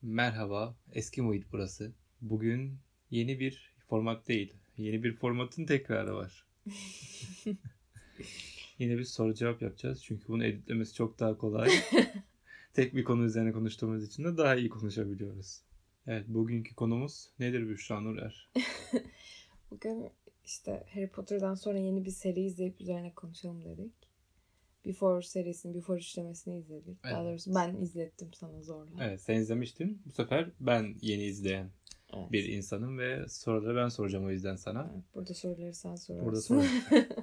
Merhaba, eski muhit burası. Bugün yeni bir format değil, yeni bir formatın tekrarı var. Yine bir soru cevap yapacağız çünkü bunu editlemesi çok daha kolay. Tek bir konu üzerine konuştuğumuz için de daha iyi konuşabiliyoruz. Evet, bugünkü konumuz nedir Büşra Nurer? Bugün işte Harry Potter'dan sonra yeni bir seri izleyip üzerine konuşalım dedik. Before serisini, Before üçlemesini izledik. Evet. Daha doğrusu ben izlettim sana zorla. Evet, sen izlemiştin. Bu sefer ben yeni izleyen bir insanım ve soruları ben soracağım o yüzden sana. Evet, burada soruları sen sorarsın. Burada soracağım.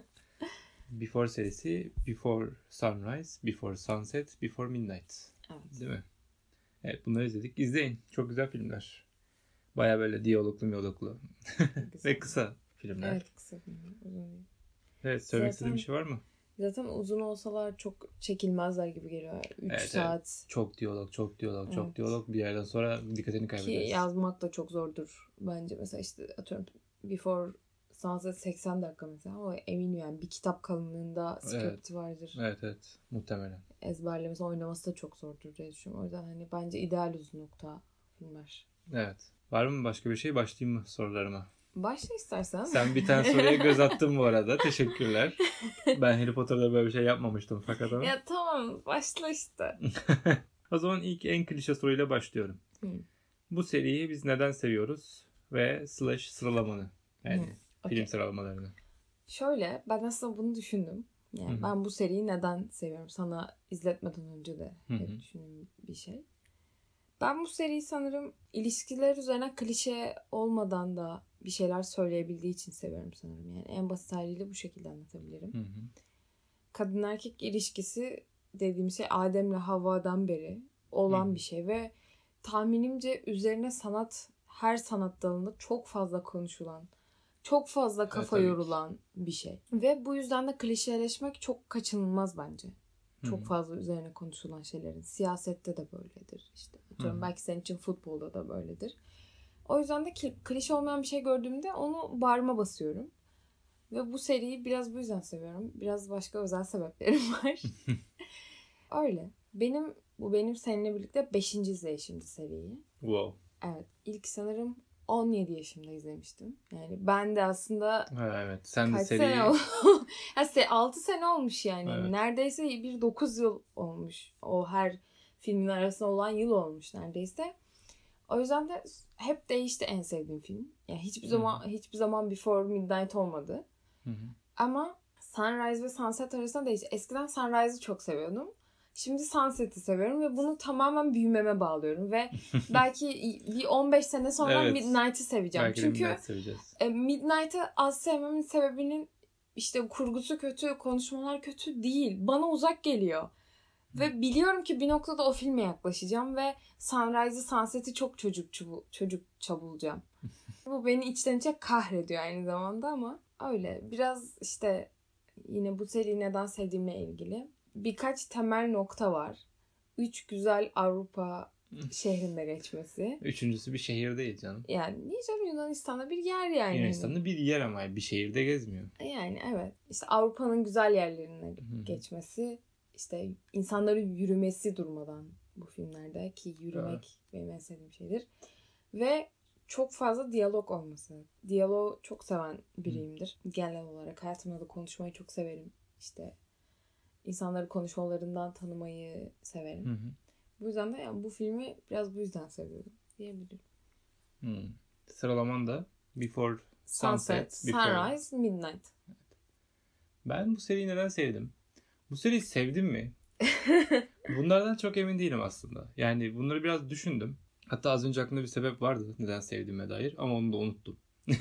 Before serisi, Before Sunrise, Before Sunset, Before Midnight. Evet. Değil mi? Evet, bunları izledik. İzleyin. Çok güzel filmler. Baya böyle diyaloglu ve kısa filmler. Evet, kısa filmler. Uzun değil. Evet, söylemek istediğin bir şey var mı? Zaten uzun olsalar çok çekilmezler gibi geliyor. 3 saat. Evet. Çok diyalog. Bir yerden sonra dikkatini kaybedersin. Ki yazmak da çok zordur bence. Mesela işte atıyorum Before Sunset 80 dakika mesela. Ama eminim yani bir kitap kalınlığında script vardır. Evet. Muhtemelen. Ezberlemesi, oynaması da çok zordur diye düşünüyorum. O yüzden hani bence ideal uzunlukta filmler. Evet. Var mı başka bir şey? Başlayayım mı sorularıma? Başla istersen. Sen bir tane soruya göz attın bu arada. Teşekkürler. Ben Harry Potter'da böyle bir şey yapmamıştım fakat ama. Ya tamam, başla işte. O zaman ilk en klişe soruyla başlıyorum. Bu seriyi biz neden seviyoruz? Ve sıralamanı. Yani film sıralamalarını. Şöyle, ben aslında bunu düşündüm. Yani ben bu seriyi neden seviyorum? Sana izletmeden önce de hep düşündüğüm bir şey. Ben bu seriyi sanırım ilişkiler üzerine klişe olmadan da bir şeyler söyleyebildiği için seviyorum sanırım. Yani en basit haliyle bu şekilde anlatabilirim. Kadın erkek ilişkisi dediğim şey Adem'le Havva'dan beri olan bir şey ve tahminimce üzerine her sanat dalında çok fazla konuşulan, çok fazla kafa yorulan bir şey. Ve bu yüzden de klişeleşmek çok kaçınılmaz bence. Çok fazla üzerine konuşulan şeylerin. Siyasette de böyledir. İşte belki senin için futbolda da böyledir. O yüzden de klişe olmayan bir şey gördüğümde onu bağrıma basıyorum. Ve bu seriyi biraz bu yüzden seviyorum. Biraz başka özel sebeplerim var. Öyle. Benim seninle birlikte 5. izleyişimdi seriyi. Wow. Evet. İlk sanırım 17 yaşımda izlemiştim. Yani ben de aslında evet. Sen kaç de seriyi... sene oldu? 6 sene olmuş yani. Evet. Neredeyse bir 9 yıl olmuş. O her filmin arasında olan yıl olmuş neredeyse. O yüzden de hep değişti en sevdiğim film. Yani hiçbir zaman Before Midnight olmadı. Ama Sunrise ve Sunset arasında değişti. Eskiden Sunrise'ı çok seviyordum. Şimdi Sunset'i seviyorum ve bunu tamamen büyümeme bağlıyorum ve belki bir 15 sene sonra Midnight'ı seveceğim. Belki çünkü Midnight'ı az sevmemin sebebinin işte kurgusu kötü, konuşmalar kötü değil. Bana uzak geliyor. Ve biliyorum ki bir noktada o filme yaklaşacağım ve Sunrise'ı, Sunset'i çok çocukça bulacağım. Bu beni içten içe kahrediyor aynı zamanda ama öyle. Biraz işte yine bu seriyi neden sevdiğimle ilgili birkaç temel nokta var. 3 güzel Avrupa şehrinde geçmesi. Üçüncüsü bir şehir değil canım. Yani diyeceğim Yunanistan'da bir yer yani. Yunanistan'da bir yer ama bir şehirde gezmiyor. Yani evet. İşte Avrupa'nın güzel yerlerine geçmesi. İşte insanların yürümesi durmadan bu filmlerde ki yürümek benim en sevdiğim şeydir. Ve çok fazla diyalog olması. Diyaloğu çok seven biriyimdir. Genel olarak hayatımda da konuşmayı çok severim. İşte insanları konuşmalarından tanımayı severim. Bu yüzden de yani bu filmi biraz bu yüzden seviyorum diyebilirim. Sıralaman da Before Sunset, Sunrise, Midnight. Evet. Ben bu seriyi neden sevdim? Bu seriyi sevdim mi? Bunlardan çok emin değilim aslında. Yani bunları biraz düşündüm. Hatta az önce aklımda bir sebep vardı neden sevdiğime dair ama onu da unuttum.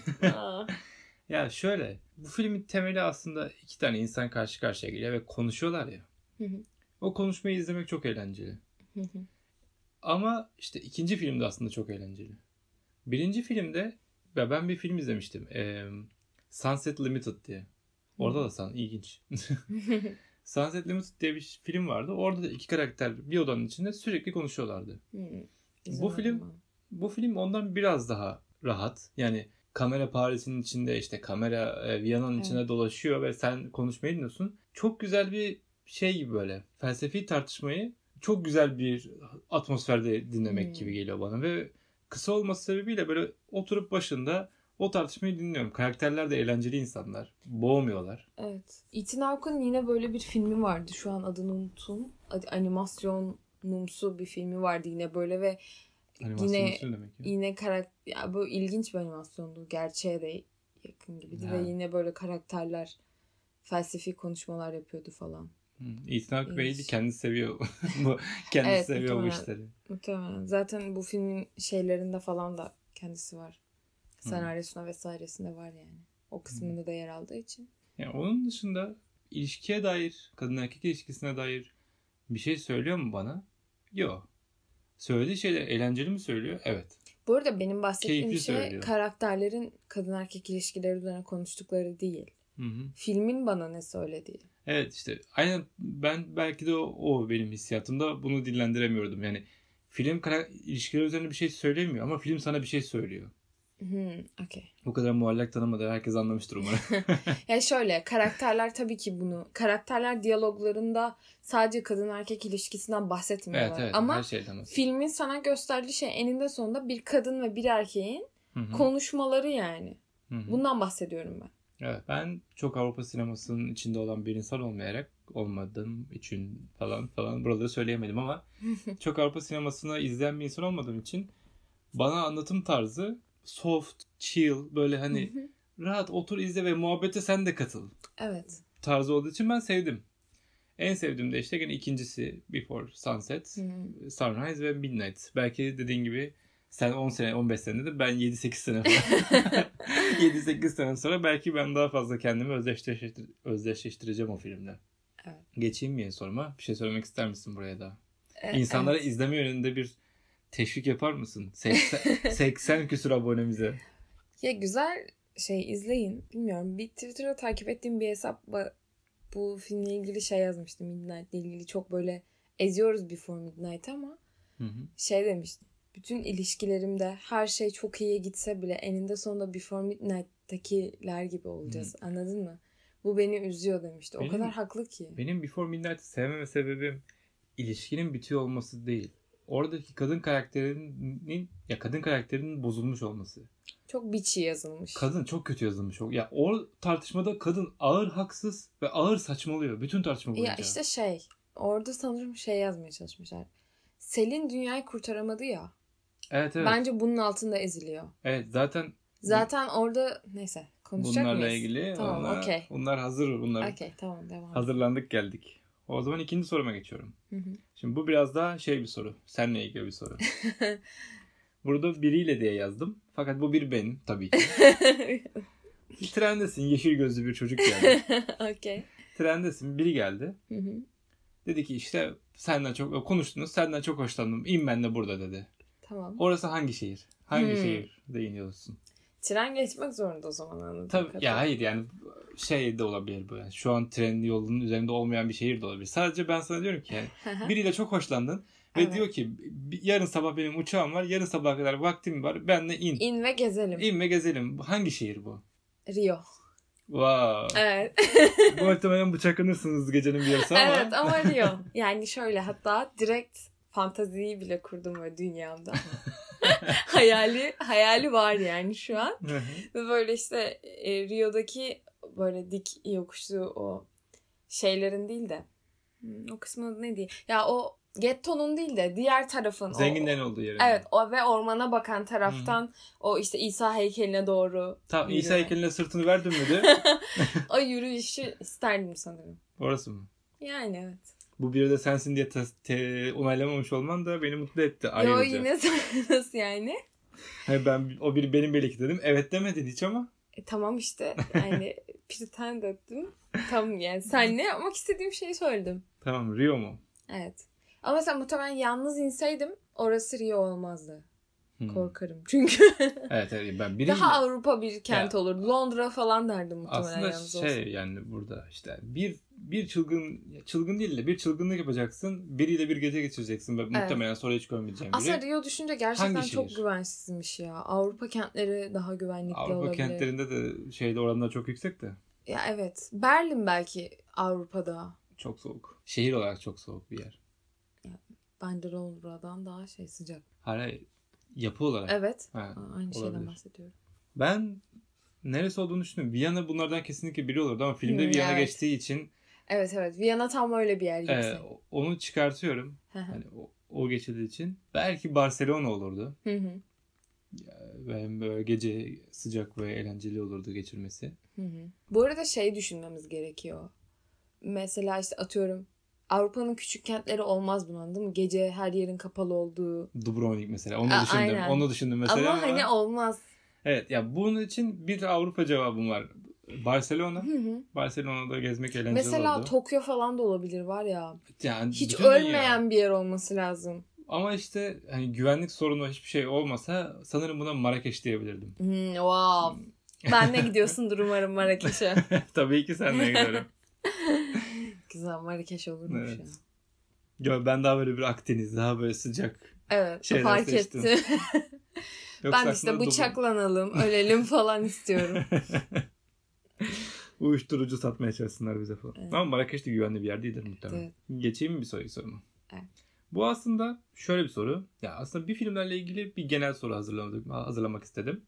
Ya şöyle, bu filmin temeli aslında 2 tane insan karşı karşıya geliyor ve konuşuyorlar ya. O konuşmayı izlemek çok eğlenceli. Ama işte 2. filmde aslında çok eğlenceli. 1. filmde ben bir film izlemiştim. Sunset Limited diye. Orada da ilginç. Sunset Limited diye bir film vardı. Orada da 2 karakter bir odanın içinde sürekli konuşuyorlardı. Bu film ondan biraz daha rahat. Yani kamera Paris'in içinde, işte kamera Viyana'nın içinde dolaşıyor ve sen konuşmayı dinliyorsun. Çok güzel bir şey gibi böyle. Felsefi tartışmayı çok güzel bir atmosferde dinlemek gibi geliyor bana ve kısa olması sebebiyle böyle oturup başında o tartışmayı dinliyorum. Karakterler de eğlenceli insanlar. Boğmuyorlar. Evet. Ethan Hawke'ın yine böyle bir filmi vardı. Şu an adını unuttum. Animasyonumsu bir filmi vardı yine böyle ve yine karakter ya bu ilginç bir animasyondu. Gerçeğe de yakın gibiydi ve yine böyle karakterler felsefi konuşmalar yapıyordu falan. Ethan Hawke Bey'i kendisi seviyor. Kendisi seviyor bu işleri. Muhtemelen. Zaten bu filmin şeylerinde falan da kendisi var. Senaryosuna vesairesinde var yani. O kısmında da yer aldığı için. Yani onun dışında ilişkiye dair, kadın erkek ilişkisine dair bir şey söylüyor mu bana? Yok. Söylediği şeyler eğlenceli mi söylüyor? Evet. Bu arada benim bahsettiğim Keyifli şey söylüyor. karakterlerin kadın erkek ilişkileri üzerine konuştukları değil. Filmin bana ne söylediği. Evet işte aynen ben belki de o benim hissiyatımda bunu dillendiremiyordum. Yani film ilişkiler üzerine bir şey söylemiyor ama film sana bir şey söylüyor. Okay. Bu kadar muallak tanımadı. Herkes anlamıştır umarım. Yani şöyle karakterler tabii ki bunu karakterler diyaloglarında sadece kadın erkek ilişkisinden bahsetmiyorlar. Evet, ama her şeyden filmin sana gösterdiği şey eninde sonunda bir kadın ve bir erkeğin konuşmaları yani. Bundan bahsediyorum ben. Evet, ben çok Avrupa sinemasının içinde olan bir insan olmadığım için falan buraları söyleyemedim ama çok Avrupa sinemasını izleyen bir insan olmadığım için bana anlatım tarzı soft, chill, böyle hani rahat otur izle ve muhabbete sen de katıl. Evet. Tarzı olduğu için ben sevdim. En sevdiğim de işte gene ikincisi Before Sunset, Sunrise ve Midnight. Belki dediğin gibi sen 10 sene 15 senedir ben 7-8 sene falan. 7-8 sene sonra belki ben daha fazla kendimi özdeşleştireceğim o filmle. Evet. Geçeyim mi soruma? Bir şey söylemek ister misin buraya da? İnsanlara izleme yönünde bir teşvik yapar mısın? 80 küsur abonemize. Ya güzel izleyin. Bilmiyorum. Bir Twitter'da takip ettiğim bir hesap bu filmle ilgili yazmıştı. Midnight'le ilgili çok böyle eziyoruz Before Midnight ama demişti. Bütün ilişkilerimde her şey çok iyiye gitse bile eninde sonunda Before Midnight'takiler gibi olacağız. Anladın mı? Bu beni üzüyor demişti. O kadar haklı ki. Benim Before Midnight'ı sevmeme sebebim ilişkinin bitiyor olması değil. Oradaki kadın karakterinin bozulmuş olması. Çok bitchy yazılmış. Kadın çok kötü yazılmış. Ya o tartışmada kadın ağır haksız ve ağır saçmalıyor. Bütün tartışma boyunca. Ya işte orada sanırım yazmaya çalışmışlar. Selin dünyayı kurtaramadı ya. Evet. Bence bunun altında eziliyor. Evet zaten orada neyse konuşacak bunlarla mıyız? ilgili tamam, okay. Bunlar hazır. Okey, tamam, devam. Hazırlandık geldik. O zaman ikinci soruma geçiyorum. Şimdi bu biraz daha bir soru. Seninle ilgili bir soru. Burada biriyle diye yazdım. Fakat bu bir benim tabii ki. Trendesin. Yeşil gözlü bir çocuk geldi. Okay. Trendesin. Biri geldi. Dedi ki işte senden çok konuştunuz. Senden çok hoşlandım. İn ben de burada dedi. Tamam. Orası hangi şehir? Hangi şehirde iniyorsun? Tren geçmek zorunda o zaman anladığım Tabii kadarıyla. ya hayır yani de olabilir bu. Yani şu an trenin yolunun üzerinde olmayan bir şehir de olabilir. Sadece ben sana diyorum ki yani biriyle çok hoşlandın ve diyor ki yarın sabah benim uçağım var. Yarın sabaha kadar vaktim var. Benle in. İn ve gezelim. İn ve gezelim. Hangi şehir bu? Rio. Wow. Evet. Muhtemelen bıçaklanırsınız gecenin bir yarısı ama. Evet ama Rio. Yani şöyle hatta direkt fantaziyi bile kurdum böyle dünyamda. hayali var yani şu an. Ve böyle işte Rio'daki böyle dik yokuşlu o şeylerin değil de o kısmın adı neydi? Ya o gettonun değil de diğer tarafın. Zenginlerin olduğu yerin. Evet o ve ormana bakan taraftan o işte İsa heykeline doğru. Tamam İsa heykeline sırtını verdin mi de? O yürüyüşü isterdim sanırım. Orası mı? Yani evet. Bu biri de sensin diye onaylamamış olman da beni mutlu etti. Yo yine nasıl yani? O biri benim belki dedim. Evet demedin hiç ama. Tamam işte yani pretend ettim. Tamam yani sen ne yapmak istediğim şeyi söyledim. Tamam Rio mu? Evet. Ama sen muhtemelen yalnız inseydim orası Rio olmazdı. Korkarım çünkü. Evet ben daha Avrupa bir kent olur. Londra falan derdim muhtemelen aslında yalnız olsam. Yani burada işte bir çılgın değil de bir çılgınlık yapacaksın. Biriyle bir gece geçireceksin ve muhtemelen sonra hiç görmeyeceğim biri. Aslında Rio düşünce gerçekten çok güvensizmiş ya. Avrupa kentleri daha güvenlikli olabilir. Avrupa kentlerinde de oranlar çok yüksek de. Ya evet. Berlin belki Avrupa'da. Çok soğuk. Şehir olarak çok soğuk bir yer. bence Londra'dan daha sıcak. Hayır, yapı olarak. Evet. Ha, aynı şeyden bahsediyorum. Ben neresi olduğunu düşünüyorum. Viyana bunlardan kesinlikle biri olurdu ama filmde Viyana geçtiği için. Evet. Viyana tam öyle bir yer gibi. Onu çıkartıyorum. Hani o geçildiği için. Belki Barcelona olurdu. Ve böyle gece sıcak ve eğlenceli olurdu geçirmesi. Bu arada düşünmemiz gerekiyor. Mesela işte atıyorum Avrupa'nın küçük kentleri olmaz bunun, değil mi? Gece her yerin kapalı olduğu. Dubrovnik mesela. Onu düşündüm. Aynen. Onu düşündüm mesela. Ama hani olmaz. Evet ya, bunun için bir Avrupa cevabım var. Barcelona. Barcelona'da gezmek eğlenceli mesela oldu. Mesela Tokyo falan da olabilir var ya. Yani hiç ölmeyen bir yer olması lazım. Ama işte hani güvenlik sorunu hiçbir şey olmasa sanırım buna Marrakeş diyebilirdim. Wow. Ben de gidiyorsundur umarım Marrakeş'e. Tabii ki sen de giderim. Güzel, Marrakeş olurmuş evet. Ya. Ben daha böyle bir Akdeniz, daha böyle sıcak. Evet, fark ettim. Ben de işte bıçaklanalım, ölelim falan istiyorum. Uyuşturucu satmaya çalışsınlar bize falan. Evet. Ama Marrakeş de güvenli bir yer değildir muhtemelen. Evet. Geçeyim mi bir soruyu sorma? Evet. Bu aslında şöyle bir soru. Ya aslında bir filmlerle ilgili bir genel soru hazırlamak istedim.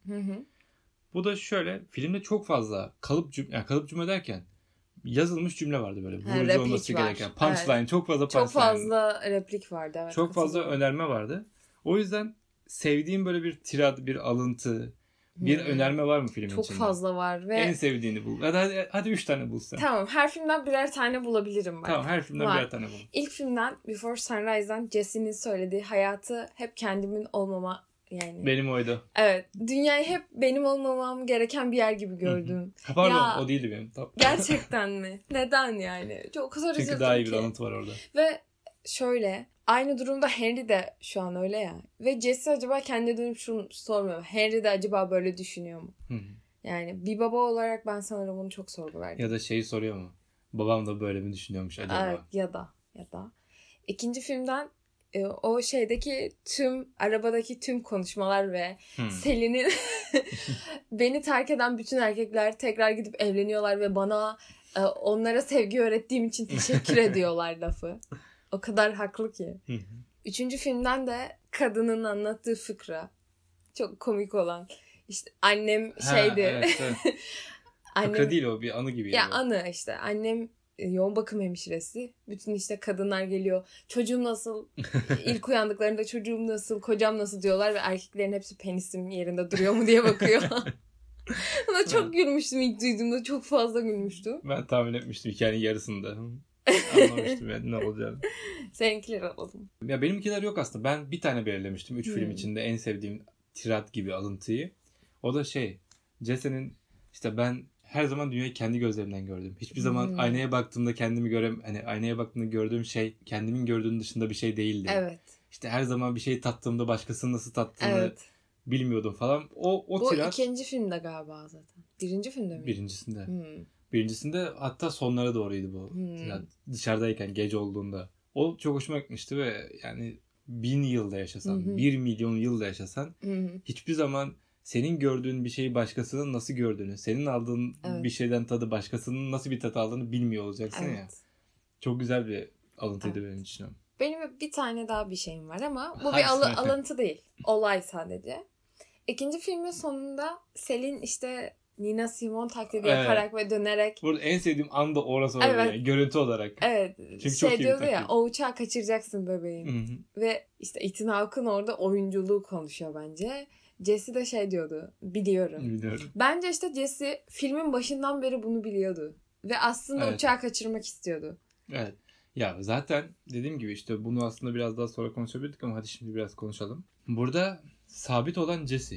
Bu da şöyle. Filmde çok fazla kalıp cümle derken yazılmış cümle vardı böyle. Vurucu olması gereken. Punchline. Evet. Çok fazla punchline. Çok fazla replik vardı. Evet, çok fazla önerme vardı. O yüzden sevdiğim böyle bir tirad, bir alıntı, bir önerme var mı filmin çok içinde? Çok fazla var. Ve en sevdiğini bul. Hadi 3 tane bulsan. Tamam. Her filmden birer tane bulabilirim ben. Tamam, her filmden birer tane bul. İlk filmden Before Sunrise'dan Jesse'nin söylediği hayatı hep kendimin olmama yani. Benim oydu. Evet. Dünyayı hep benim olmamam gereken bir yer gibi gördüm. Pardon, o değildi benim. Gerçekten mi? Neden yani? Çok üzüldüm ki. Çünkü daha iyi bir alıntı var orada. Ve şöyle, aynı durumda Henry de şu an öyle ya. Ve Jesse acaba kendine dönüp şunu sormuyor. Henry de acaba böyle düşünüyor mu? Yani bir baba olarak ben sanırım bunu çok sorgulardım. Ya da soruyor mu? Babam da böyle mi düşünüyormuş acaba? Evet, ya da. İkinci filmden o arabadaki tüm konuşmalar ve Selin'in beni terk eden bütün erkekler tekrar gidip evleniyorlar ve bana onlara sevgi öğrettiğim için teşekkür ediyorlar lafı. O kadar haklı ki. Üçüncü filmden de kadının anlattığı fıkra. Çok komik olan. İşte annem şeydi. Evet. Annem, fıkra değil, o bir anı gibi. Ya anı işte. Annem yoğun bakım hemşiresi. Bütün işte kadınlar geliyor. Çocuğum nasıl? İlk uyandıklarında çocuğum nasıl? Kocam nasıl diyorlar ve erkeklerin hepsi penisim yerinde duruyor mu diye bakıyor. Ona çok gülmüştüm ilk duyduğumda. Çok fazla gülmüştüm. Ben tahmin etmiştim hikayenin yarısında. Anlamıştım yani ne olacağını. Seninkileri alalım. Ya benimkiler yok aslında. Ben bir tane belirlemiştim. 3 film içinde en sevdiğim tirat gibi alıntıyı. O da Jesse'nin işte ben her zaman dünyayı kendi gözlerimden gördüm. Hiçbir zaman aynaya baktığımda aynaya baktığımda gördüğüm şey kendimin gördüğünün dışında bir şey değildi. Evet. İşte her zaman bir şey tattığımda başkasının nasıl tattığını bilmiyordum falan. O tirat. Bu ikinci filmde galiba zaten. Birinci filmde mi? Birincisinde. Birincisinde hatta sonlara doğruydu bu. Yani dışarıdayken gece olduğunda. O çok hoşuma gitmişti ve yani 1000 yılda yaşasan, 1 milyon yılda yaşasan hiçbir zaman senin gördüğün bir şeyi başkasının nasıl gördüğünü, senin aldığın bir şeyden tadı başkasının nasıl bir tat aldığını bilmiyor olacaksın ya. Çok güzel bir alıntıydı benim için. Benim bir tane daha bir şeyim var ama bu bir alıntı değil. Olay sadece. İkinci filmin sonunda Selin işte Nina Simone taklidi yaparak ve dönerek. Burada en sevdiğim an da orası oldu yani, görüntü olarak. Evet. Çünkü çok iyi diyordu ya, o uçağı kaçıracaksın bebeğim. Ve işte Ethan Hawke'ın orada oyunculuğu konuşuyor bence. Jesse de diyordu. Biliyorum. Bence işte Jesse filmin başından beri bunu biliyordu. Ve aslında uçağı kaçırmak istiyordu. Evet. Ya zaten dediğim gibi işte bunu aslında biraz daha sonra konuşabilirdik ama hadi şimdi biraz konuşalım. Burada sabit olan Jesse.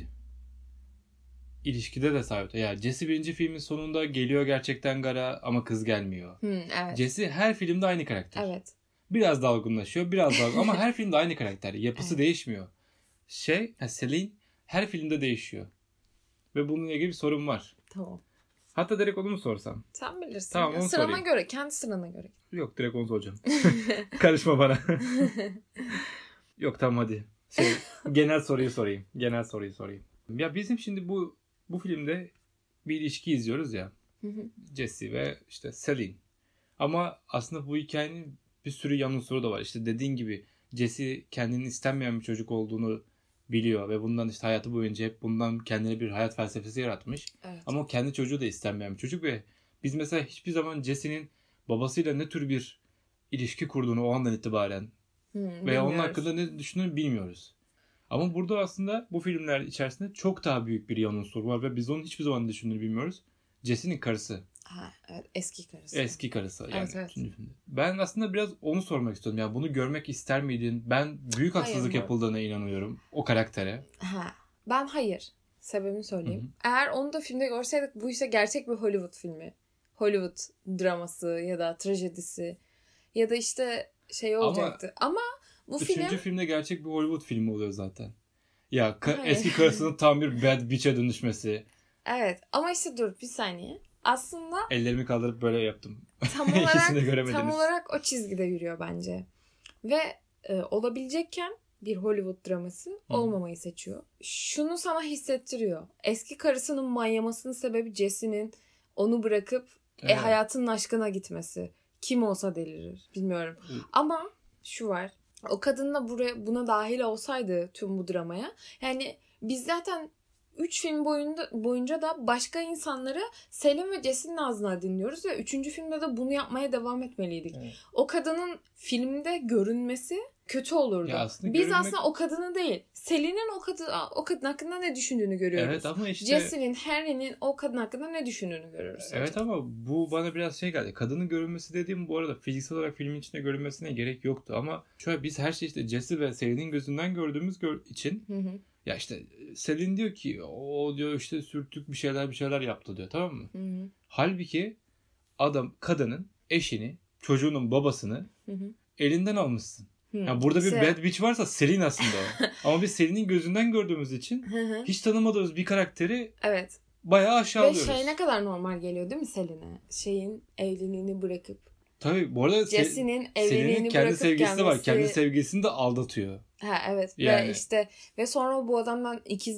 İlişkide de sabit. Ya Jesse birinci filmin sonunda geliyor gerçekten gara ama kız gelmiyor. Evet. Jesse her filmde aynı karakter. Evet. Biraz dalgınlaşıyor, ama her filmde aynı karakter. Yapısı değişmiyor. Selin her filmde değişiyor. Ve bununla ilgili bir sorun var. Tamam. Hatta direkt onu mu sorsam? Sen bilirsin. Tamam, onu sırana sorayım. göre, kendi sırana göre. Yok, direkt onu soracağım. Karışma bana. Yok tamam hadi. Genel soruyu sorayım. Ya bizim şimdi bu filmde bir ilişki izliyoruz ya. Jesse ve işte Selin. Ama aslında bu hikayenin bir sürü yan unsuru da var. İşte dediğin gibi Jesse kendini istenmeyen bir çocuk olduğunu biliyor ve bundan işte hayatı boyunca hep bundan kendine bir hayat felsefesi yaratmış. Evet. Ama o kendi çocuğu da istenmeyen bir çocuk ve biz mesela hiçbir zaman Jesse'nin babasıyla ne tür bir ilişki kurduğunu o andan itibaren veya onun hakkında ne düşündüğünü bilmiyoruz. Ama burada aslında bu filmler içerisinde çok daha büyük bir yan unsur var ve biz onun hiçbir zaman ne düşündüğünü bilmiyoruz. Jesse'nin karısı. Ha, evet, eski karısı. Eski karısı yani. Evet. Ben aslında biraz onu sormak istiyorum. Yani bunu görmek ister miydin? Ben büyük haksızlık yapıldığına inanıyorum o karaktere. Ben hayır. Sebebini söyleyeyim. Hı-hı. Eğer onu da filmde görseydik bu işte gerçek bir Hollywood filmi. Hollywood draması ya da trajedisi ya da işte şey olacaktı. Ama bu Üçüncü filmde gerçek bir Hollywood filmi oluyor zaten. Ya eski karısının tam bir bad bitch'e dönüşmesi. Evet ama işte dur bir saniye. Aslında ellerimi kaldırıp böyle yaptım. Tam olarak o çizgide yürüyor bence. Ve olabilecekken bir Hollywood draması olmamayı seçiyor. Şunu sana hissettiriyor. Eski karısının manyamasının sebebi Jesse'nin onu bırakıp hayatının aşkına gitmesi. Kim olsa delirir. Bilmiyorum. Ama şu var. O kadın da buna dahil olsaydı tüm bu dramaya. Yani biz zaten 3 film boyunca da başka insanları Selim ve Jesse'nin ağzından dinliyoruz ve 3. filmde de bunu yapmaya devam etmeliydik. Evet. O kadının filmde görünmesi kötü olurdu. Biz aslında o kadını değil, Selin'in o kadın hakkında ne düşündüğünü görüyoruz. Evet ama işte Jesse'nin, Harry'nin o kadın hakkında ne düşündüğünü görüyoruz. Evet ama bu bana biraz şey geldi. Kadının görünmesi dediğim bu arada fiziksel olarak filmin içinde görünmesine gerek yoktu ama şöyle biz her şeyi işte Jesse ve Selin'in gözünden gördüğümüz için ya işte Selin diyor ki o diyor işte sürtük bir şeyler yaptı diyor, tamam mı? Hı-hı. Halbuki kadının eşini, çocuğunun babasını elinden almışsın. Yani burada bir bad bitch varsa Selin aslında o. Ama biz Selin'in gözünden gördüğümüz için hiç tanımadığımız bir karakteri bayağı aşağılıyoruz. Ve ne kadar normal geliyor değil mi Selin'e? Evliliğini bırakıp. Tabii bu arada Selin'in kendi sevgilisi var. Kendi sevgilisini de aldatıyor. Evet. Yani. Ve sonra bu adamdan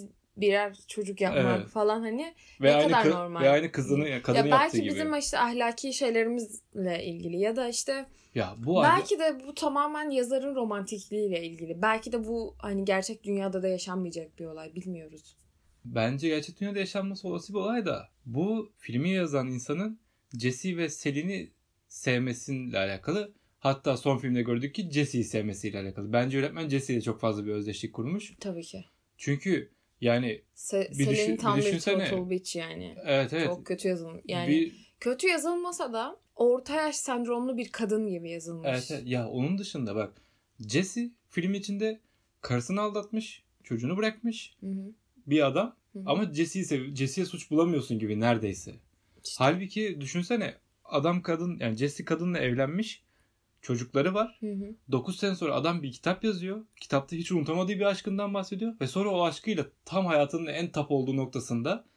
birer çocuk yapmak falan hani ne kadar normal. Ve aynı kadını yaptığı gibi. Belki bizim işte ahlaki şeylerimizle ilgili ya da işte belki de bu tamamen yazarın romantikliğiyle ilgili. Belki de bu hani gerçek dünyada da yaşanmayacak bir olay, bilmiyoruz. Bence gerçek dünyada yaşanması olası bir olay da bu filmi yazan insanın Jesse ve Selin'i sevmesiyle alakalı. Hatta son filmde gördük ki Jesse'yi sevmesiyle alakalı. Bence yönetmen Jesse'yle çok fazla bir özdeşlik kurmuş. Tabii ki. Çünkü yani Selin tam bir total bitch yani. Evet. Çok kötü yazılmış. Yani kötü yazılmasa da orta yaş sendromlu bir kadın gibi yazılmış. Evet. Ya onun dışında bak Jesse film içinde karısını aldatmış, çocuğunu bırakmış bir adam. Ama Jesse'ye suç bulamıyorsun gibi neredeyse. İşte. Halbuki düşünsene adam kadın yani Jesse kadınla evlenmiş. Çocukları var. 9 sene sonra adam bir kitap yazıyor. Kitapta hiç unutamadığı bir aşkından bahsediyor. Ve sonra o aşkıyla tam hayatının en tap olduğu noktasında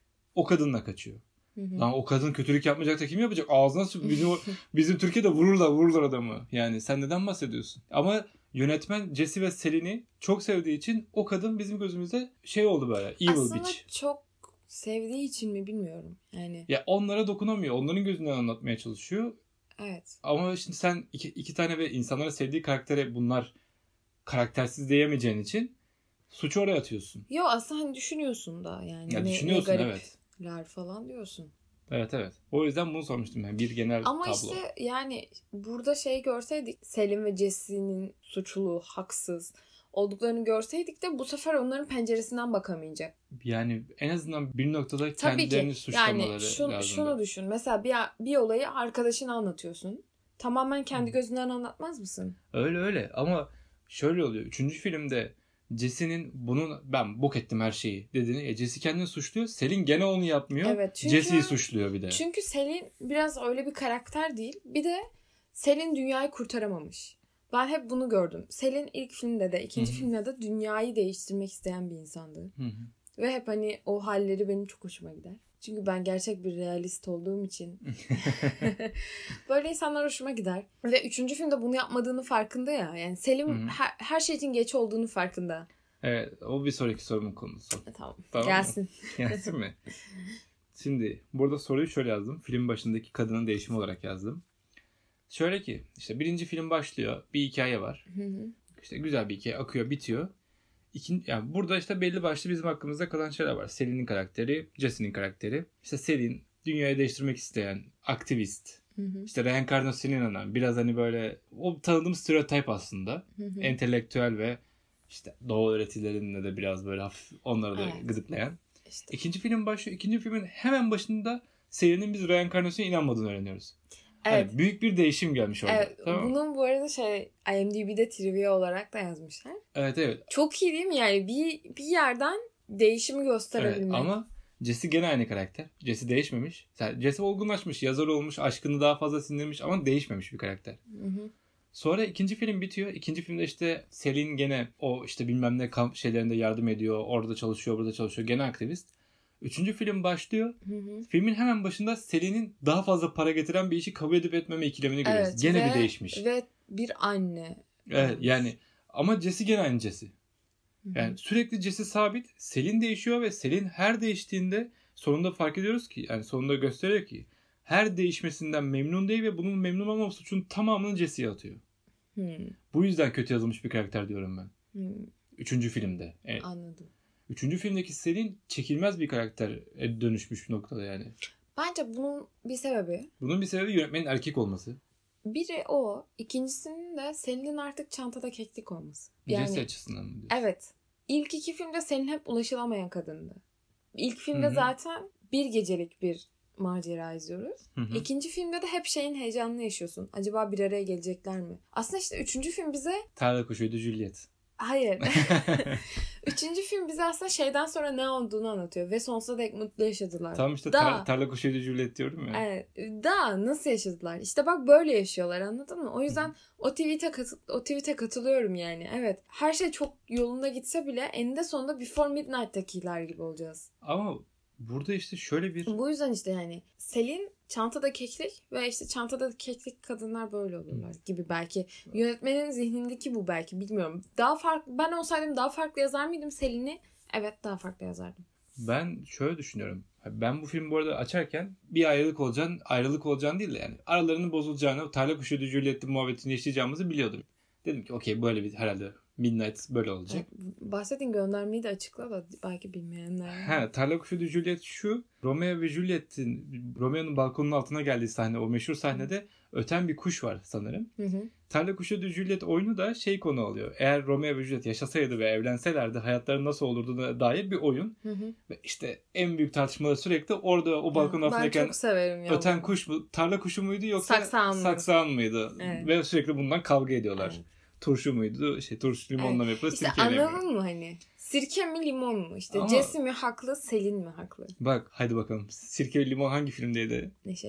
o kadınla kaçıyor. Lan o kadın kötülük yapmayacak da kim yapacak? Ağzına bizim Türkiye'de vururlar adamı. Yani sen neden bahsediyorsun? Ama yönetmen Jesse ve Selin'i çok sevdiği için o kadın bizim gözümüzde şey oldu böyle. Evil aslında bitch. Aslında çok sevdiği için mi bilmiyorum. Yani. Ya onlara dokunamıyor. Onların gözünden anlatmaya çalışıyor. Evet. Ama şimdi sen iki tane ve insanların sevdiği karaktere bunlar karaktersiz diyemeyeceğin için suçu oraya atıyorsun. Yo aslında hani düşünüyorsun da yani. Ya düşünüyorsun evet. Falan diyorsun. Evet. O yüzden bunu sormuştum yani bir genel ama tablo. Ama işte yani burada görseydik Selim ve Jesse'nin suçlu, haksız olduklarını görseydik de bu sefer onların penceresinden bakamayacak. Yani en azından bir noktada kendilerini suçlamaları lazım. Yani şunu düşün. Mesela bir olayı arkadaşına anlatıyorsun. Tamamen kendi gözünden anlatmaz mısın? Öyle ama şöyle oluyor. 3. filmde Jesse'nin ben bok ettim her şeyi dediğini. Jesse kendini suçluyor. Selin gene onu yapmıyor. Evet, Jesse'yi suçluyor bir de. Çünkü Selin biraz öyle bir karakter değil. Bir de Selin dünyayı kurtaramamış. Ben hep bunu gördüm. Selin ilk filmde de ikinci filmde de dünyayı değiştirmek isteyen bir insandı. Ve hep hani o halleri benim çok hoşuma gider. Çünkü ben gerçek bir realist olduğum için böyle insanlar hoşuma gider. Ve 3. filmde bunu yapmadığını farkında ya. Yani Selim her şey için geç olduğunu farkında. Evet, o bir sonraki sorumun konusu. Tamam gelsin. Gelsin mi? Şimdi burada soruyu şöyle yazdım. Film başındaki kadının değişimi olarak yazdım. Şöyle ki işte 1. film başlıyor. Bir hikaye var. İşte güzel bir hikaye akıyor, bitiyor. Yani burada işte belli başlı bizim hakkımızda kalan şeyler var. Selin'in karakteri, Jesse'nin karakteri. İşte Selin dünyayı değiştirmek isteyen aktivist. İşte reenkarnasyona inanan, biraz hani böyle o tanıdığım stereotip aslında. Entelektüel ve işte doğu öğretilerinde de biraz böyle hafif onları da gıdıklayan. İşte. İkinci film başlıyor. İkinci filmin hemen başında Selin'in biz reenkarnasyona inanmadığını öğreniyoruz. Evet. Yani büyük bir değişim gelmiş orada. Evet. Tamam. Bunun bu arada IMDb'de trivia olarak da yazmışlar. Evet. Çok iyi değil mi yani? Bir yerden değişimi gösterebilmek. Evet, ama Jesse gene aynı karakter. Jesse değişmemiş. Jesse olgunlaşmış, yazar olmuş, aşkını daha fazla sindirmiş ama değişmemiş bir karakter. Sonra ikinci film bitiyor. İkinci filmde işte Selin gene o işte bilmem ne kamp şeylerinde yardım ediyor. Orada çalışıyor, burada çalışıyor. Gene aktivist. Üçüncü film başlıyor. Filmin hemen başında Selin'in daha fazla para getiren bir işi kabul edip etmeme ikilemini görüyoruz. Evet, gene bir değişmiş. Ve bir anne. Evet yani ama Jesse gene aynı Jesse. Yani sürekli Jesse sabit. Selin değişiyor ve Selin her değiştiğinde sonunda fark ediyoruz ki yani sonunda gösteriyor ki her değişmesinden memnun değil ve bunun memnun olmama suçun tamamını Jesse'ye atıyor. Bu yüzden kötü yazılmış bir karakter diyorum ben. Üçüncü filmde. Evet. Anladım. Üçüncü filmdeki Selin çekilmez bir karakter dönüşmüş bir noktada yani. Bence bunun bir sebebi. Bunun bir sebebi yönetmenin erkek olması. Biri o. İkincisinin de Selin'in artık çantada keklik olması. Yani, Jesse açısından mı diyorsun? Evet. İlk iki filmde Selin hep ulaşılamayan kadındı. İlk filmde zaten bir gecelik bir macera izliyoruz. İkinci filmde de hep şeyin heyecanını yaşıyorsun. Acaba bir araya gelecekler mi? Aslında işte üçüncü film bize... Tarla kuşuydu Juliet. Hayır. Üçüncü film bize aslında şeyden sonra ne olduğunu anlatıyor. Ve sonsuza dek mutlu yaşadılar. Tam işte tarla kuşuydu Juliet diyorum ya. Evet. Nasıl yaşadılar? İşte bak böyle yaşıyorlar, anladın mı? O yüzden o tweet'e katılıyorum yani. Evet. Her şey çok yolunda gitse bile eninde sonunda Before Midnight'takiler gibi olacağız. Ama burada işte şöyle bir... Bu yüzden işte yani Selin çantada keklik ve işte çantada keklik kadınlar böyle olurlar gibi belki. Yönetmenin zihnindeki bu belki, bilmiyorum. Ben olsaydım daha farklı yazar mıydım Selin'i? Evet, daha farklı yazardım. Ben şöyle düşünüyorum. Ben bu filmi bu arada açarken bir ayrılık olacağını değil de yani aralarının bozulacağını, Tarla Kuşu'ydu Juliet'in muhabbetini yaşayacağımızı biliyordum. Dedim ki okey böyle bir herhalde Midnight böyle olacak. Bahsettiğin göndermeyi de açıkla da belki bilmeyenler. Tarla Kuşu'du Juliet şu. Romeo ve Romeo'nun balkonun altına geldiği sahne, o meşhur sahnede öten bir kuş var sanırım. Tarla Kuşu'du Juliet oyunu da konu alıyor. Eğer Romeo ve Juliet yaşasaydı ve evlenselerdi hayatları nasıl olurduğuna dair bir oyun. Ve işte en büyük tartışmalar sürekli orada o balkonun altındayken öten kuş mu, tarla kuşu muydu yoksa saksağan mıydı? Evet. Ve sürekli bundan kavga ediyorlar. Evet. Turşu muydu? Turşu limonla mı yapılır? İşte anladın mı hani? Sirke mi limon mu? İşte ama... Jesse mi haklı, Selin mi haklı? Bak hadi bakalım. Sirke ve limon hangi filmdeydi?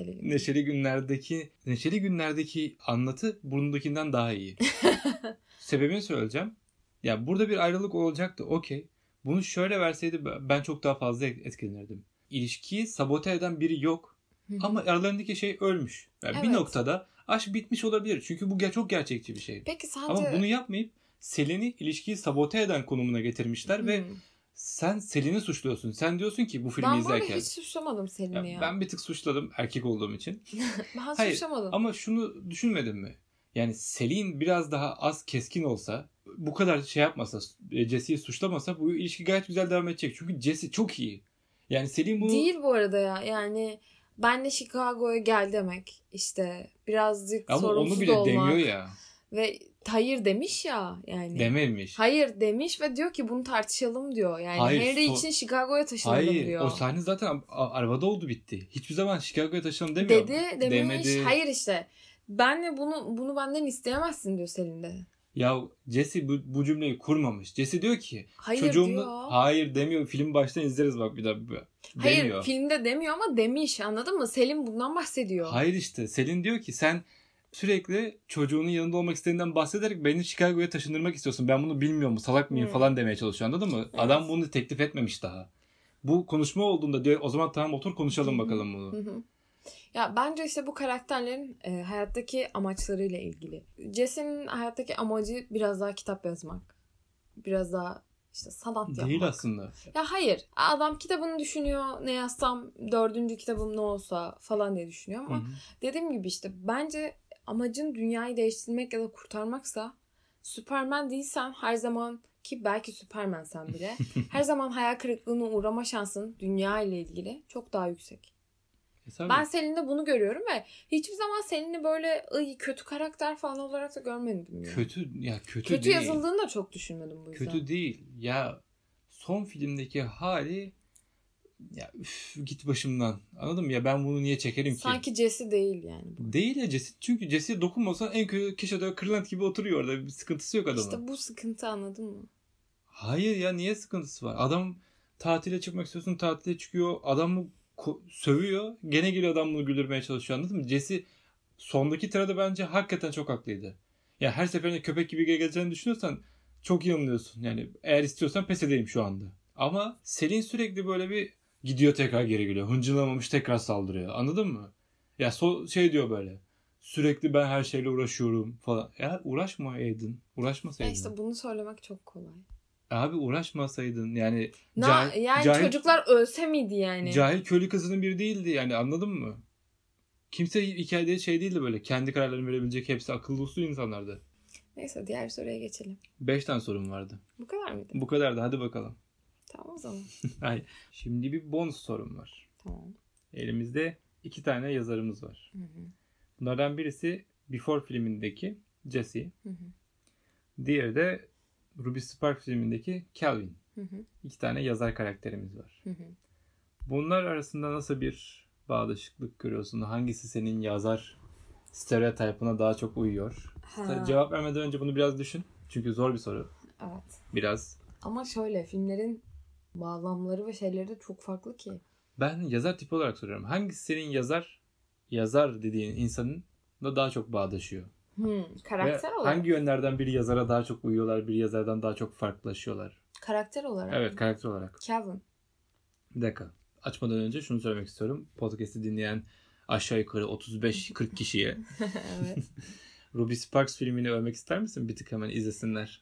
Neşeli günlerdeki anlatı burundakinden daha iyi. Sebebini söyleyeceğim. Ya burada bir ayrılık olacaktı. Okey. Bunu şöyle verseydi ben çok daha fazla etkilenirdim. İlişkiyi sabote eden biri yok. Ama aralarındaki şey ölmüş. Yani bir noktada aşk bitmiş olabilir. Çünkü bu çok gerçekçi bir şey. Peki sence... Ama bunu yapmayıp Selin'i ilişkiyi sabote eden konumuna getirmişler ve sen Selin'i suçluyorsun. Sen diyorsun ki bu filmi izlerken. Ben hiç suçlamadım Selin'i ya. Ben bir tık suçladım erkek olduğum için. Ben suçlamadım. Ama şunu düşünmedin mi? Yani Selin biraz daha az keskin olsa, bu kadar yapmasa, Jesse'yi suçlamasa bu ilişki gayet güzel devam edecek. Çünkü Jesse çok iyi. Yani Selin bunu... Değil bu arada ya. Yani ben de Chicago'ya gel demek. İşte birazcık ama sorumsuz olmak. Ama onu bile demiyor ya. Ve hayır demiş ya yani. Dememiş. Hayır demiş ve diyor ki bunu tartışalım diyor. Yani Harry için Chicago'ya taşınalım diyor. Hayır, o sahne zaten arabada oldu bitti. Hiçbir zaman Chicago'ya taşınalım demiyor. Demiş. Demedi. Hayır işte. Benle bunu benden isteyemezsin diyor Selin de. Ya Jesse bu cümleyi kurmamış. Jesse diyor ki hayır diyor. Hayır demiyor. Film baştan izleriz bak bir daha. Demiyor. Hayır filmde demiyor ama demiş, anladın mı? Selin bundan bahsediyor. Hayır işte Selin diyor ki sen sürekli çocuğunun yanında olmak istediğinden bahsederek beni Chicago'ya taşındırmak istiyorsun. Ben bunu bilmiyor mu? Salak mıyım falan demeye çalışıyor, anladın mı? Evet. Adam bunu teklif etmemiş daha. Bu konuşma olduğunda diyor o zaman tamam otur konuşalım bakalım bunu. Ya bence işte bu karakterlerin hayattaki amaçlarıyla ilgili. Jesse'nin hayattaki amacı biraz daha kitap yazmak. Biraz daha işte sanat yapmak. Değil aslında. Ya hayır. Adam kitabını düşünüyor. Ne yazsam 4. kitabım ne olsa falan diye düşünüyor ama dediğim gibi işte bence amacın dünyayı değiştirmek ya da kurtarmaksa Superman değilsen her zaman, ki belki Superman'sen bile her zaman hayal kırıklığına uğrama şansın dünya ile ilgili çok daha yüksek. Ben Selin'de bunu görüyorum ve hiçbir zaman Selin'i böyle kötü karakter falan olarak da görmedim. Yani. Kötü değil. Yazıldığını da çok düşünmedim bu yüzden. Kötü değil. Ya son filmdeki hali ya git başımdan. Anladın mı? Ya ben bunu niye çekerim ki? Sanki Jesse değil yani. Değil ya Jesse. Çünkü Jesse'ye dokunmasan en kötü kişide kırlent gibi oturuyor orada. Bir sıkıntısı yok adamın. İşte bu sıkıntı, anladın mı? Hayır ya, niye sıkıntısı var? Adam tatile çıkmak istiyorsun, tatile çıkıyor. Adamı sövüyor. Gene geliyor adam bunu güldürmeye çalışıyor, anladın mı? Jesse sondaki tirada bence hakikaten çok haklıydı. Ya her seferinde köpek gibi geleceğini düşünüyorsan çok yanılıyorsun. Yani eğer istiyorsan pes edeyim şu anda. Ama Selin sürekli böyle bir gidiyor, tekrar geri geliyor. Hıncılamamış, tekrar saldırıyor. Anladın mı? Ya şey diyor böyle. Sürekli ben her şeyle uğraşıyorum falan. Ya uğraşmayaydın. Uğraşmasaydın. Ya işte bunu söylemek çok kolay. Abi uğraşmasaydın yani. Yani çocuklar ölse miydi yani? Cahil köylü kızının biri değildi yani, anladın mı? Kimse hikayede şey değildi böyle. Kendi kararlarını verebilecek, hepsi akıllı uslu insanlardı. Neyse diğer soruya geçelim. 5 tane sorum vardı. Bu kadar mıydı? Bu kadardı, hadi bakalım. Tamam o zaman. Hayır. Şimdi bir bonus sorum var. Tamam. Elimizde 2 tane yazarımız var. Hı. Bunlardan birisi Before filmindeki Jesse. Hı. Diğeri de Ruby Sparks filmindeki Calvin. Hı. 2 tane yazar karakterimiz var. Hı. Bunlar arasında nasıl bir bağdaşıklık görüyorsun? Hangisi senin yazar stereotipine daha çok uyuyor? Cevap vermeden önce bunu biraz düşün. Çünkü zor bir soru. Evet. Biraz. Ama şöyle, filmlerin bağlamları ve şeyleri de çok farklı ki. Ben yazar tipi olarak soruyorum. Hangisi senin yazar dediğin insanın da daha çok bağdaşıyor? Karakter ve olarak. Hangi yönlerden biri yazara daha çok uyuyorlar, bir yazardan daha çok farklılaşıyorlar? Karakter olarak. Evet, karakter olarak. Calvin. Bir dakika. Açmadan önce şunu söylemek istiyorum. Podcast'i dinleyen aşağı yukarı 35-40 kişiye. Evet. Ruby Sparks filmini övmek ister misin? Bir tık hemen izlesinler.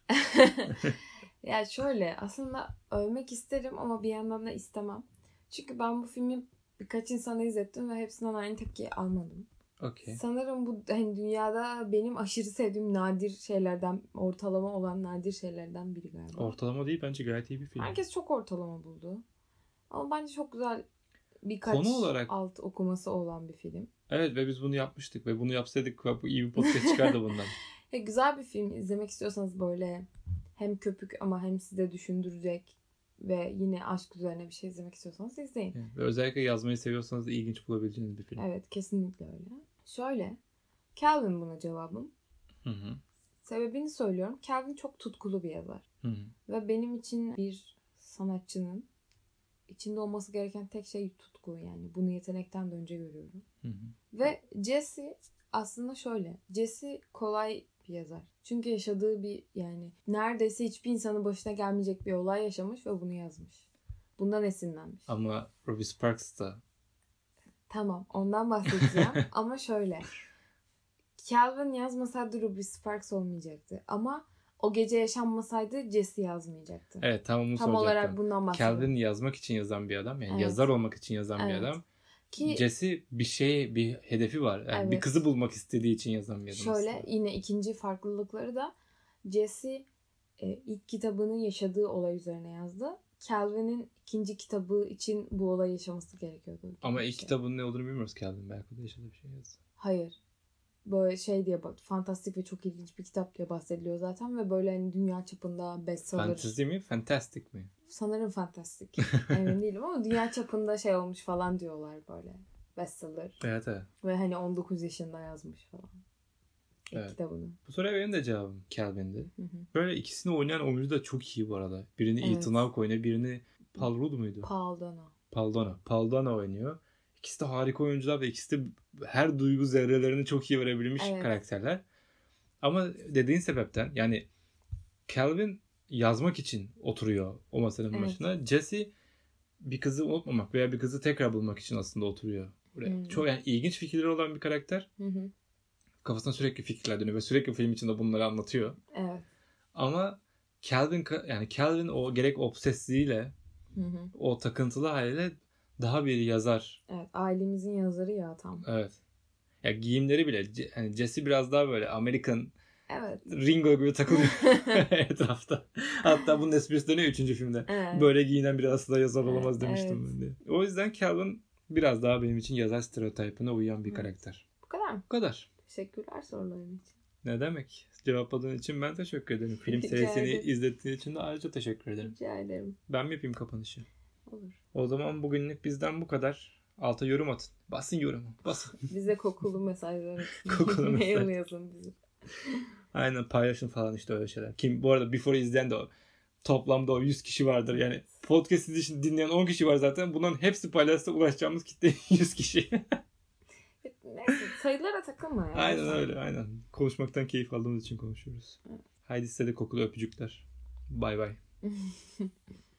Ya şöyle, aslında övmek isterim ama bir yandan da istemem. Çünkü ben bu filmi birkaç insana izlettim ve hepsinden aynı tepkiyi almadım. Okay. Sanırım bu hani dünyada benim aşırı sevdiğim nadir şeylerden, ortalama olan nadir şeylerden biri galiba. Ortalama değil, bence gayet iyi bir film. Herkes çok ortalama buldu. Ama bence çok güzel birkaç konu olarak alt okuması olan bir film. Evet ve biz bunu yapmıştık ve bunu yapsaydık bu iyi bir podcast çıkardı bundan. Güzel bir film, izlemek istiyorsanız böyle hem köpük ama hem size düşündürecek ve yine aşk üzerine bir şey izlemek istiyorsanız izleyin. Evet, ve özellikle yazmayı seviyorsanız ilginç bulabileceğiniz bir film. Evet, kesinlikle öyle. Şöyle, Calvin buna cevabım. Hı. Sebebini söylüyorum. Calvin çok tutkulu bir yazar. Hı. Ve benim için bir sanatçının içinde olması gereken tek şey tutku yani. Bunu yetenekten de önce görüyorum. Hı. Ve Jesse aslında şöyle. Jesse kolay bir yazar. Çünkü yaşadığı bir, yani neredeyse hiçbir insanın başına gelmeyecek bir olay yaşamış ve bunu yazmış. Bundan esinlenmiş. Ama Ruby Sparks da. Tamam, ondan bahsedeceğim. Ama şöyle. Calvin yazmasaydı Ruby Sparks olmayacaktı. Ama o gece yaşanmasaydı Jesse yazmayacaktı. Evet, tam onu Tam olarak bundan bahsediyorum. Calvin yazmak için yazan bir adam. Yani evet. Yazar olmak için yazan bir adam. Ki Jesse bir hedefi var. Yani bir kızı bulmak istediği için yazan bir adam. Şöyle aslında. Yine ikinci farklılıkları da Jesse ilk kitabını yaşadığı olay üzerine yazdı. Calvin'in ikinci kitabı için bu olayı yaşaması gerekiyordu. Ama ilk kitabının ne olduğunu bilmiyoruz Calvin. Belki de yaşadığı bir şey yazdı. Hayır. Böyle şey diye fantastik ve çok ilginç bir kitap diye bahsediliyor zaten ve böyle hani dünya çapında bestseller. Fantasy mi? Fantastic mi? Sanırım fantastik. Emin değilim ama dünya çapında şey olmuş falan diyorlar böyle. Bestseller. Evet. Ve hani 19 yaşında yazmış falan. Evet. Kitabını. Bu soruya benim de cevabım Calvin'di. Hı. Böyle ikisini oynayan oyuncu da çok iyi bu arada. Birini Ethan Hawke oynuyor, birini Paul Rudd muydu? Paul Dano oynuyor. İkisi de harika oyuncular ve ikisi de her duygu zerrelerini çok iyi verebilmiş karakterler. Ama dediğin sebepten, yani Calvin yazmak için oturuyor o masanın başına. Jesse bir kızı unutmamak veya bir kızı tekrar bulmak için aslında oturuyor. Çok yani ilginç fikirleri olan bir karakter. Hı. Kafasına sürekli fikirler dönüyor ve sürekli film içinde bunları anlatıyor. Evet. Ama Calvin o gerek obsesliğiyle o takıntılı haliyle daha bir yazar. Evet, ailemizin yazarı ya tam. Evet. Ya giyimleri bile hani Jesse biraz daha böyle American Evet. Ringo gibi takılıyor etrafta. Hatta bunun esprisi dönüyor 3. filmde. Evet. Böyle giyinen biri asla yazar olamaz demiştim Evet. ben de. O yüzden Calvin biraz daha benim için yazar stereotipine uyan bir karakter. Bu kadar mı? Bu kadar. Teşekkürler soruların için. Ne demek? Cevapladığın için ben teşekkür ederim. Film Rica serisini ederim. izlettiğin için de ayrıca teşekkür ederim. Rica ederim. Ben mi yapayım kapanışı? Olur. O zaman bugünlük bizden bu kadar. Alta yorum atın. Basın yorumu. Basın. Bize kokulu mesajlar atın. Kokulu Mail mesaj. yazın bize. Aynen paylaşın falan işte öyle şeyler. Kim bu arada Before'u izleyen de o. Toplamda o 100 kişi vardır. Yani podcast dinleyen 10 kişi var zaten. Bunların hepsi paylaşsa ulaşacağımız kitle 100 kişi. Neyse sayılara takılma ya. Aynen öyle aynen. Konuşmaktan keyif aldığımız için konuşuyoruz. Haydi size de kokulu öpücükler. Bay bay.